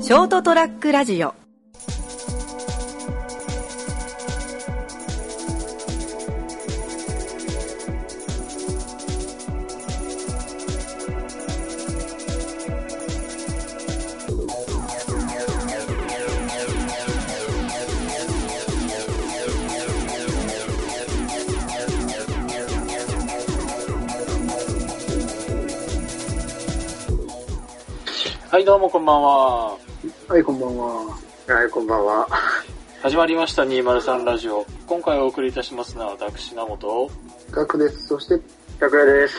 ショートトラックラジオ。 はい、どうもこんばんは。 はい、こんばんは。 はい、こんばんは。 始まりました203ラジオ。今回お送りいたしますのは私、名本。 ガクです。そして、 拓也です。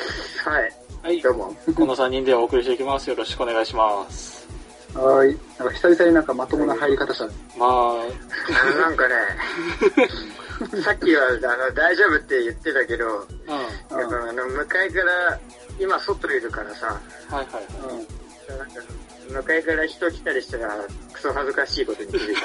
はい。 はい、 どうも。 この3人でお送りしていきます。よろしくお願いします。 はい。なんか久々になんかまともな入り方したね。 なんかね、さっきは大丈夫って言ってたけど、やっぱ向かいから、今外いるからさ、 はいはいはい。 なんか向かいから人来たりしたらクソ恥ずかしいことに気づい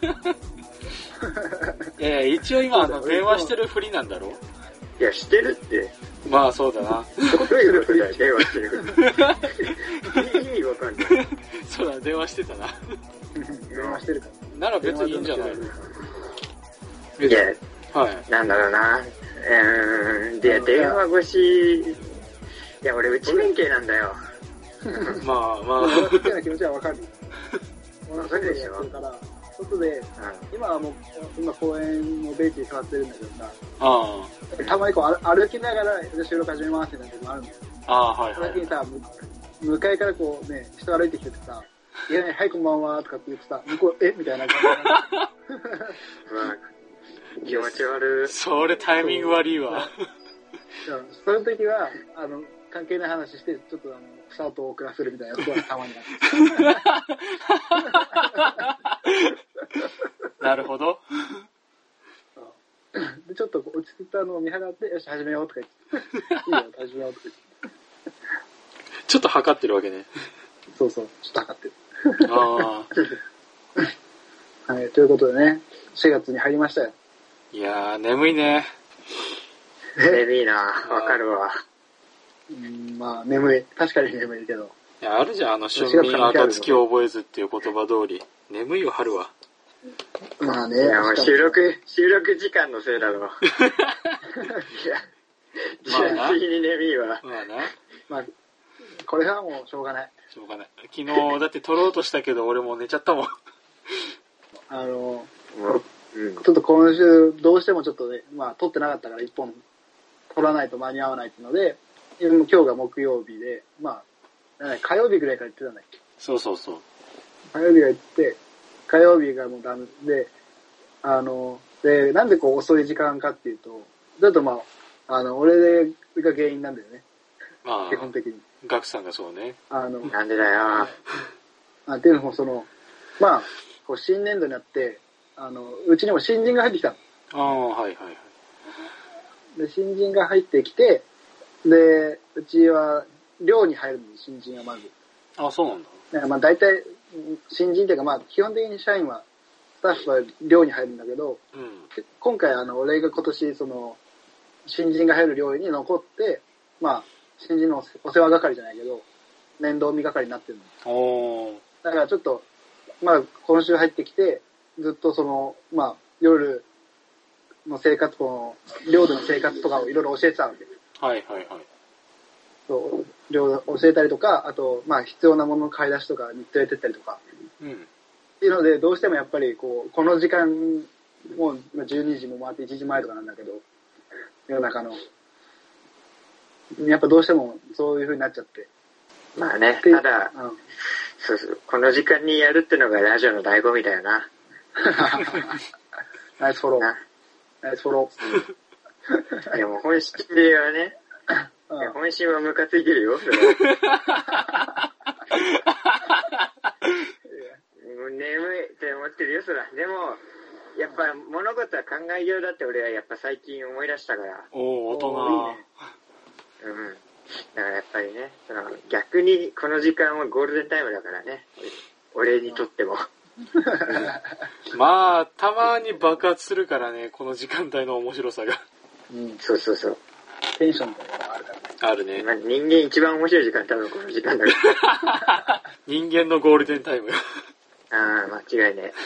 た。 一応今電話してるふりなんだろ？ いや、してるって。 まあそうだな。 どういうことだよ、電話してる。意味わかんない。 そうだ、電話してたな。 電話してるから。 なら別にいいんじゃないの？ いや、 はい。 なんだろうな。で、電話越し、いや、俺内弁慶なんだよ。 まあまあ。 好きな気持ちはわかる。 わかるでしょ。 外で、今はもう、今公園のベンチに座ってるんだけどさ、たまにこう歩きながら収録始めますってなる時もあるんだよ。 はいはい。 その時にさ、向かいからこうね、人歩いてきててさ、いやね、はいこんばんはとかって言ってさ、向こう、みたいな感じで。 まあ、気持ち悪い。 それタイミング悪いわ。 その時は、関係ない話して、ちょっとスタートを遅らせるみたいなことがたまにあって。 なるほど。 で、ちょっと落ち着いたのを見計らって、よし、始めようとか言って。いいよ、始めようとか言って。 ちょっと測ってるわけね。 そうそう、ちょっと測ってる。はい、ということでね、4月に入りましたよ。 いやー、眠いね。 眠いな、わかるわ。 まあ、眠い。確かに眠いけど。 いや、あるじゃん、春眠暁を覚えずっていう言葉通り。眠いよ、春は。 まあね。 いや、もう収録時間のせいだろ。いや、純粋に眠いわ。 まあな。 まあ、これはもうしょうがない。 しょうがない。昨日、だって撮ろうとしたけど、俺もう寝ちゃったもん。 ちょっと今週、どうしてもちょっとね、まあ、撮ってなかったから一本撮らないと間に合わないっていうので、今日が木曜日で、まあ、火曜日ぐらいから言ってたんだっけ？ そうそうそう。 火曜日が言って、火曜日がもうダメで、で、なんでこう遅い時間かっていうと、ちょっとまあ、俺が原因なんだよね。 まあ、 基本的に。 ガクさんがそうね。 なんでだよ。 っていうのもまあ、こう新年度になって、うちにも新人が入ってきたの。 はいはいはい。 で、新人が入ってきて、で、うちは寮に入るのに新人はまず。 そうなんだ。 だからまあ大体、新人っていうかまあ基本的に社員は、スタッフは寮に入るんだけど、今回俺が今年新人が入る寮に残って、まあ、新人のお世話係じゃないけど、面倒見係になってるの。だからちょっと、まあ今週入ってきて、ずっとまあ夜の生活、寮での生活とかをいろいろ教えてたわけ。 はいはいはい。 そう、寮教えたりとか、あと、まあ必要なものの買い出しとかに連れてったりとか。っていうので、どうしてもやっぱりこの時間、もう12時も回って1時前とかなんだけど、夜中の。やっぱどうしてもそういう風になっちゃって。 まあね、ただ、そうそう、この時間にやるってのがラジオの醍醐味だよな。 ナイスフォロー。ナイスフォロー。いやもう本心はね、本心はムカついてるよ。それはもう眠いって思ってるよ、そら。でも、やっぱ物事は考えようだって俺はやっぱ最近思い出したから。 大人。 だからやっぱりね、逆にこの時間はゴールデンタイムだからね。俺にとっても。 まあ、たまに爆発するからね、この時間帯の面白さが。 そうそうそう。 テンションみたいなのがあるからね。 あるね。 まあ、人間一番面白い時間多分この時間だから。 人間のゴールデンタイム。 ああ、間違いね。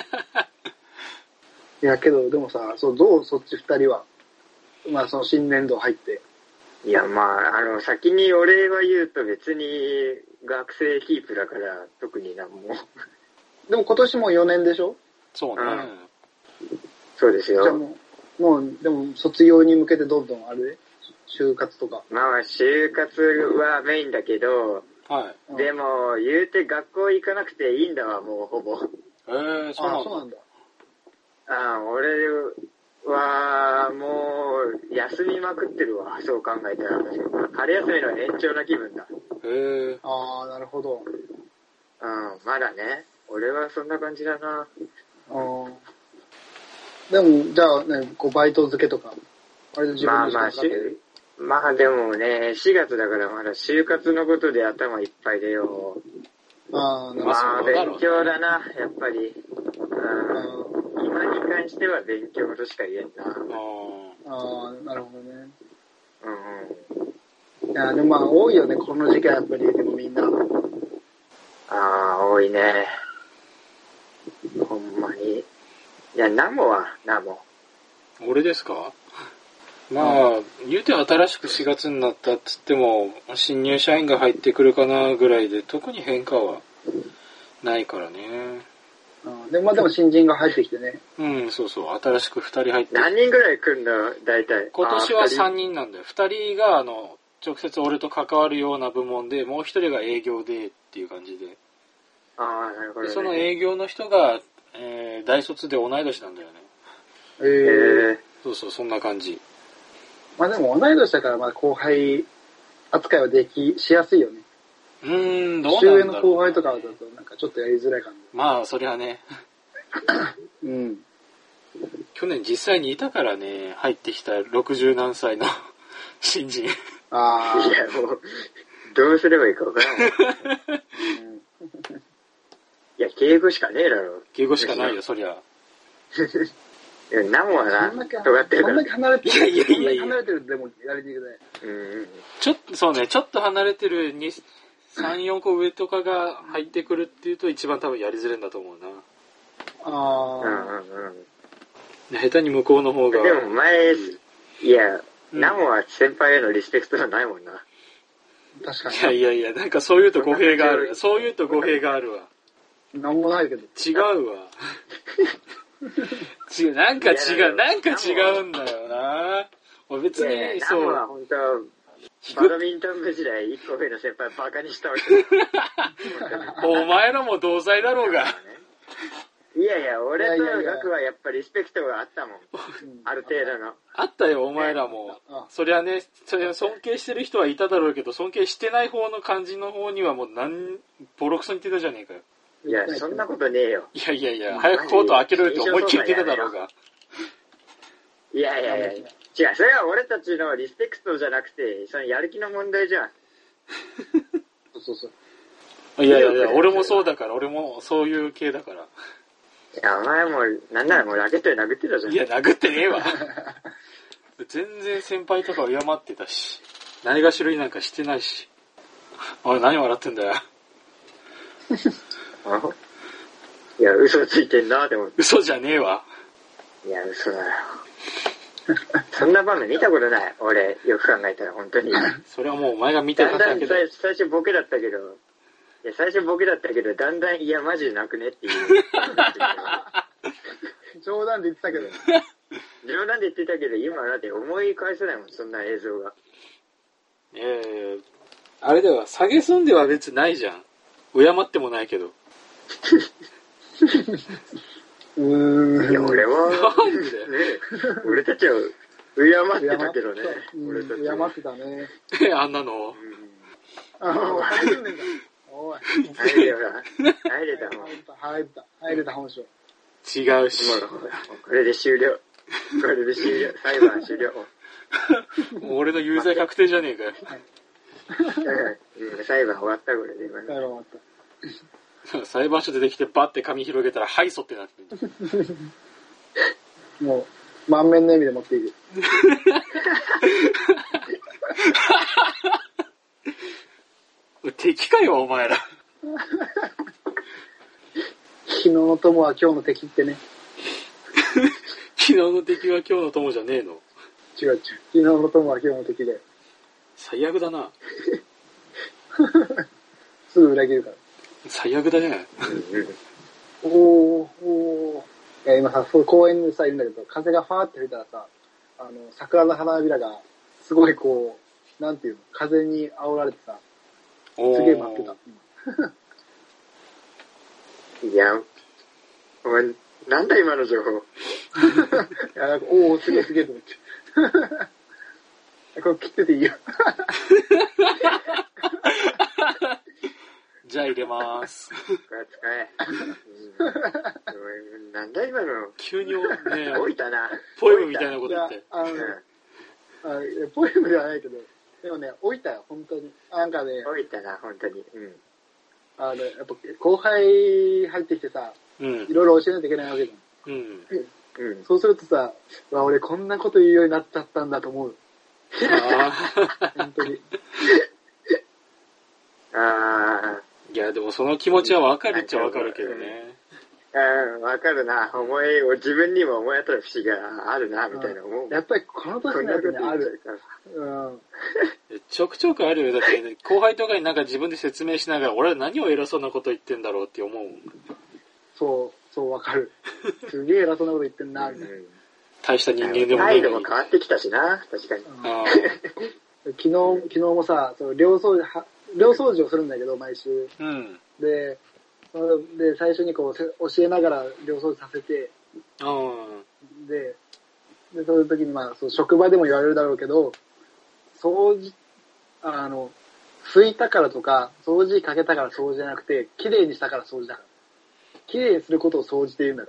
いや、けど、でもさ、どうそっち二人は。まあ、その新年度入って。 いや、まあ、先にお礼は言うと別に学生キープだから、特になんも。 でも今年も4年でしょ？ そうね、 うん。そうですよ。 じゃあもう、でも卒業に向けてどんどんあれ就活とか。 まあ、就活はメインだけど、 はい。 でも、言うて学校行かなくていいんだわ、もうほぼ。 そうなんだ。 俺は、もう、休みまくってるわ、そう考えたら。春休みの延長な気分だ。 ああ、なるほど。 まだね。俺はそんな感じだな。 でも、じゃあね、バイト漬けとか、あれで自分でまあでもね、4月だからまだ就活のことで頭いっぱいでよ。 なるほど。 まあ勉強だな、やっぱり。今に関しては勉強としか言えんな。 なるほどね。いや、でもまあ多いよね、この時期はやっぱり、でもみんな。 多いね。ほんまに。いや、ナモ。 俺ですか？まあ、言うて新しく4月になったっつっても、新入社員が入ってくるかなぐらいで、特に変化はないからね。 でも新人が入ってきてね。 そうそう、新しく2人入って。 何人ぐらい来るんだ、大体。 今年は3人なんだよ。2人が、直接俺と関わるような部門で、もう1人が営業でっていう感じで。 なるほど、ね。 その営業の人が、大卒で同い年なんだよね。そう、そんな感じ。 まあでも同い年だからまあ後輩扱いはしやすいよね。 どうなんだろう。 年上の後輩とかだとなんかちょっとやりづらい感じ。 まあそりゃね。去年実際にいたからね、入ってきた60何歳の新人。 いやもう、どうすればいいか分からん。いや、敬語しかねえだろ。 敬語しかないよ、そりゃ。 いや、ナモはな、尖ってるから。 そんだけ離れてる。 いや。 そんだけ離れてるでもやりにくくない。 ちょっと離れてる3、4個上とかが入ってくるっていうと一番多分やりづれんだと思うな。下手に向こうの方が。 でもナモは先輩へのリスペクトはないもんな。 確かに。 いや、なんかそういうと語弊がある。そういうと語弊があるわ。 なんもないけど。 違うわ。なんか違うんだよな。俺別に、 そう。ナモは本当バドミントン部時代1個上の先輩バカにしたわけ。 お前らも同罪だろうが。 いや、俺とガクはやっぱりリスペクトがあったもん。ある程度の。 あったよ、お前らも。そりゃね、尊敬してる人はいただろうけど、尊敬してない方の感じの方にはもうボロクソに言ってたじゃねえかよ。 いや、そんなことねえよ。 いや、早くコート開けろよって思いっきり言ってただろうが。 いや、違う、それは俺たちのリスペクトじゃなくて、そのやる気の問題じゃん。 そう。 いや、俺もそうだから、俺もそういう系だから。 いや、お前もなんならもうラケットで殴ってたじゃん。 いや、殴ってねえわ。全然先輩とか敬ってたし、ないがしろになんかしてないし。おい、何笑ってんだよ。 いや、嘘ついてんな、でも。 嘘じゃねえわ。 いや、嘘だよ。そんな場面見たことない。俺、よく考えたら、本当に。 それはもうお前が見てただけだ。 最初ボケだったけど、だんだん、いや、マジでなくねっていう。 冗談で言ってたけど。 冗談で言ってたけど、今だって思い返せないもん、そんな映像が。 あれでは、下げすんでは別にないじゃん。敬ってもないけど。 いや、俺は、 なんで俺たちは、敬ってたけどね。 俺たち敬ってたね。 あんなの。 おい。入れた本性。 違うし。 これで終了。裁判終了。 俺の有罪確定じゃねえかよ。 裁判終わった、これで。 裁判終わった。 裁判所出てきてバッて紙広げたら、はい、そってなってる。 もう、満面の笑みで持っていく。 敵かよ、お前ら。 日の友は今日の敵ってね。 昨日の敵は今日の友じゃねえの。 違う違う。昨日の友は今日の敵で。 最悪だな。 すぐ裏切るから。 最悪だね。 おー。いや今さ、そう公園にさ、いるんだけど、風がファーって吹いたらさ、桜の花びらが、すごいこう、なんていうの、風に煽られてさ、すげえ待ってた。 いや、お前、なんだ今の情報。 いや、なんか、おー、すげえすげえと思って。これ切ってていいよ。 じゃあ入れまーす。 使え。なんだ今の。 急にね、 置いたな。 ポエムみたいなこと言って。 ポエムではないけど、でもね、置いたよ、本当に。なんかね、 置いたな、本当に。 やっぱ後輩入ってきてさ、いろいろ教えないといけないわけじゃん。そうするとさ、俺こんなこと言うようになっちゃったんだと思う。本当に。 いや、でもその気持ちはわかるっちゃわかるけどね。 わかるな。自分にも思い当たる節があるな、みたいな思う。 やっぱりこの年になってね、ある。 ちょくちょくあるよ。だって、ね、後輩とかになんか自分で説明しながら、俺は何を偉そうなこと言ってんだろうって思う。 そうわかる。すげえ偉そうなこと言ってんな、みたいな。 大した人間でもない。態度も変わってきたしな、確かに。 昨日もさ、寮掃除をするんだけど、毎週。で、最初にこう、教えながら寮掃除させて、で、そういう時に職場でも言われるだろうけど、掃除、拭いたからとか、掃除かけたから掃除じゃなくて、綺麗にしたから掃除だから。綺麗にすることを掃除って言うんだ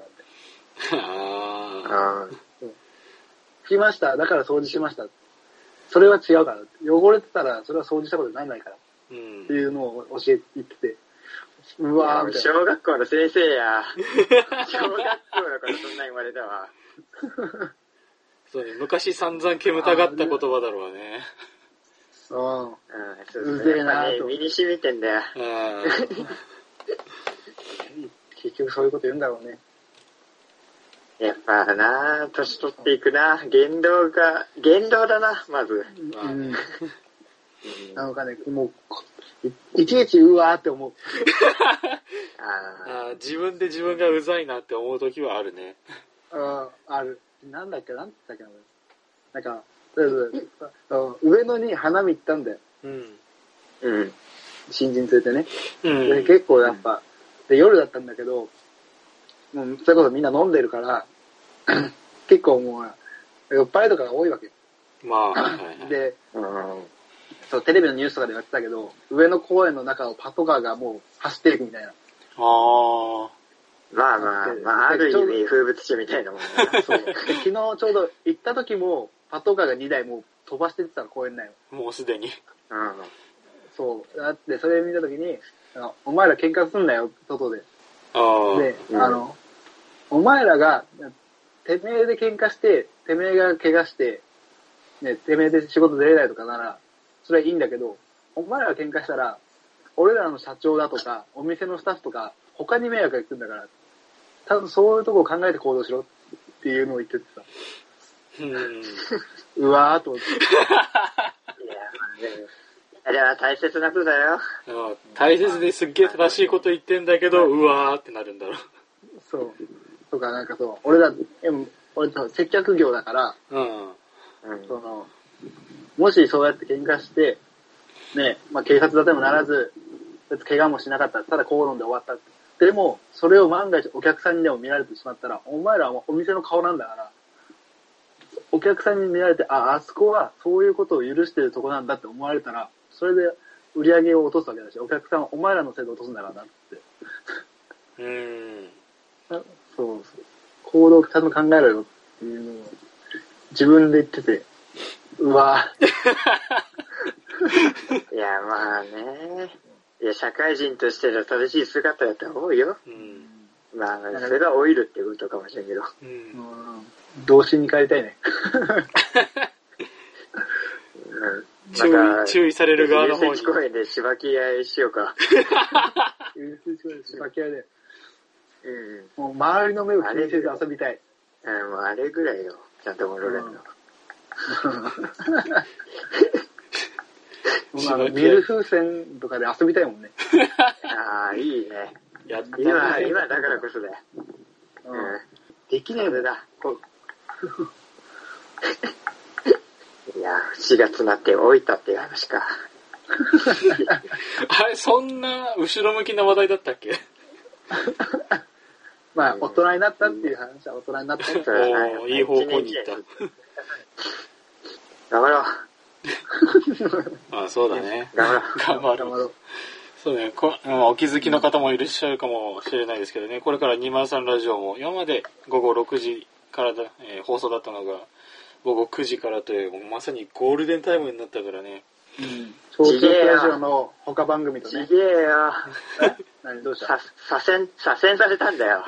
からって。拭きました。だから掃除しました。それは違うから。汚れてたら、それは掃除したことにならないから。っていうのを教えて言ってて。うわーみたいな。 小学校の先生や。小学校の頃そんな言われたわ。 そうね、昔散々煙たがった言葉だろうね。 うぜえなーと。 身に染みてんだよ。 結局そういうこと言うんだろうね。 やっぱな、年取っていくな。言動だな、まず。 なんかね、もう、いちいちうわーって思う。 自分で自分がうざいなって思うときはあるね。 ある。なんだっけな。なんか、とりあえず、上野に花見行ったんだよ。新人連れてね。で結構やっぱ、で、夜だったんだけど、もう、それこそみんな飲んでるから、結構もう、酔っ払いとかが多いわけ。で、テレビのニュースとかでやってたけど、上野公園の中をパトカーがもう走っていくみたいな。 ある意味風物詩みたいなもんね。 昨日ちょうど行った時も、パトカーが2台もう飛ばしてってたの、公園内を。 もうすでに。 そう。だって、それ見た時に、お前ら喧嘩すんなよ、外で。で、お前らが、てめえで喧嘩して、てめえが怪我して、ね、てめえで仕事出れないとかなら、それはいいんだけど、お前らが喧嘩したら、俺らの社長だとか、お店のスタッフとか、他に迷惑が行くんだから、多分そういうとこを考えて行動しろっていうのを言っててさ。うわーと思って。 いや、大切なことだよ。 大切ですっげえ正しいこと言ってんだけど、うわーってなるんだろう。 そう。とかなんかそう、俺接客業だから、もしそうやって喧嘩して、ね、警察でもならず、怪我もしなかった、ただ口論で終わった。でも、それを万が一お客さんにでも見られてしまったら、お前らはお店の顔なんだから、お客さんに見られて、あそこはそういうことを許してるとこなんだって思われたら、それで売り上げを落とすわけだし、お客さんはお前らのせいで落とすんだからなって。そう。行動をちゃんと考えろよっていうのを自分で言ってて、うわいや、まあね。いや、社会人としての正しい姿だと思うよ。それが老いるってことかもしれんけど。 童心に帰りたいね。 注意される側の方に。 有公園でしばき合いしようか。 しばき合いで。 もう周りの目を気にせず遊びたい。 もうあれぐらいよ、ちゃんと戻れるの。 見る風船とかで遊びたいもんね。 ああ、いいね。今だからこそだよ。 できねえんだ。 いや、4月になって老いたっていう話か。 あれ、そんな後ろ向きな話題だったっけ？ まあ、大人になったっていう話は大人になったっていう。 いい方向に行った。 頑張ろう。 あ、そうだね。 頑張ろう。 そうね、お気づきの方もいらっしゃるかもしれないですけどね、これから203ラジオも今まで午後6時から放送だったのが午後9時からという、まさにゴールデンタイムになったからね。 早朝ラジオの他番組とね。 ちげえよ。 何どうした左遷されたんだよ。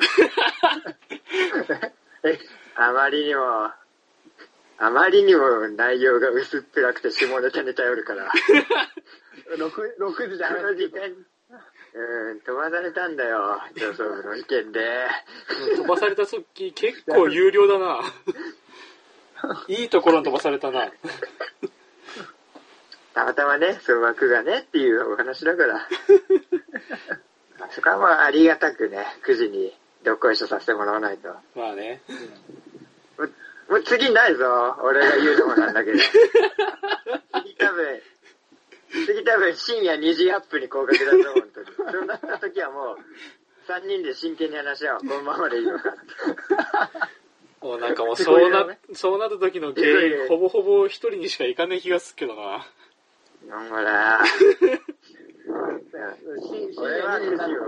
あまりにも内容が薄っぺらくて下ネタに頼るから。 6時じゃない時間。 飛ばされたんだよ、上層部の意見で。 飛ばされた時結構有料だな。いいところに飛ばされたな。 たまたまね、その枠がねっていうお話だから。そこはまあありがたくね、9時にどっこいしょさせてもらわないと。 まあね。 もう次ないぞ、俺が言うのもなんだけど。次多分深夜2時アップに降格だと思う、本当に。そうなった時はもう、3人で真剣に話し合おう。このままでいいのか。 もうなんかもうそうなった時の原因、ほぼほぼ一人にしかいかねえ気がするけどな。 なんほら。 深夜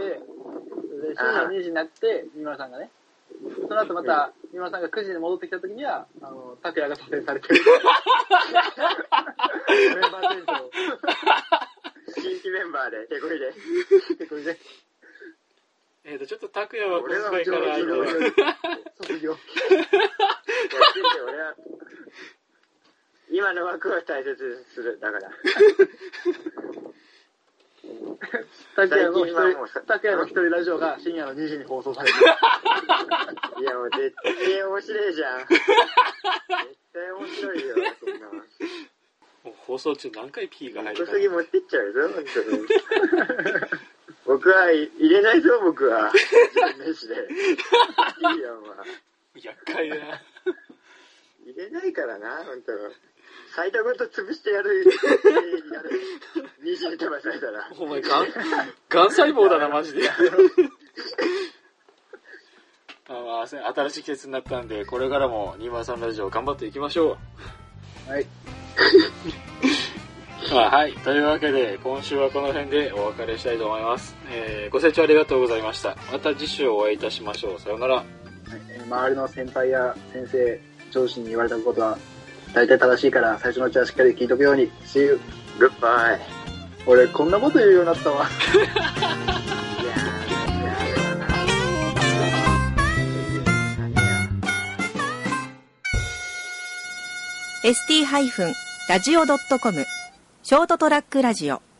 2時になって、三村さんがね、その後また、三村さんが9時に戻ってきた時には、拓也が左遷されてる。メンバー転生。 新規メンバーで、手こいで。 ちょっと拓也は今回から卒業。 俺は、今の枠は大切にする。だから。 拓也の一人ラジオが深夜の2時に放送される。 いやもう絶対面白いじゃん。絶対面白いよ、そんな。 もう放送中何回 P が入るか。 小杉持ってっちゃうぞ、本当に。僕は入れないぞ、僕は。自分飯で。いいよ、まあ。 厄介だな。 入れないからな、本当。サイトごと潰してやる。2時に飛ばされたら。 お前ガン細胞だな、マジで。新しい季節になったんで、これからも203ラジオ頑張っていきましょう。はい。 はい。というわけで、今週はこの辺でお別れしたいと思います。ご清聴ありがとうございました。また次週お会いいたしましょう。さようなら。はい、 周りの先輩や先生、上司に言われたことは、大体正しいから最初のうちはしっかり聞いとくように。See you. Goodbye. 俺こんなこと言うようになったわ。 ST-radio.com ショートトラックラジオ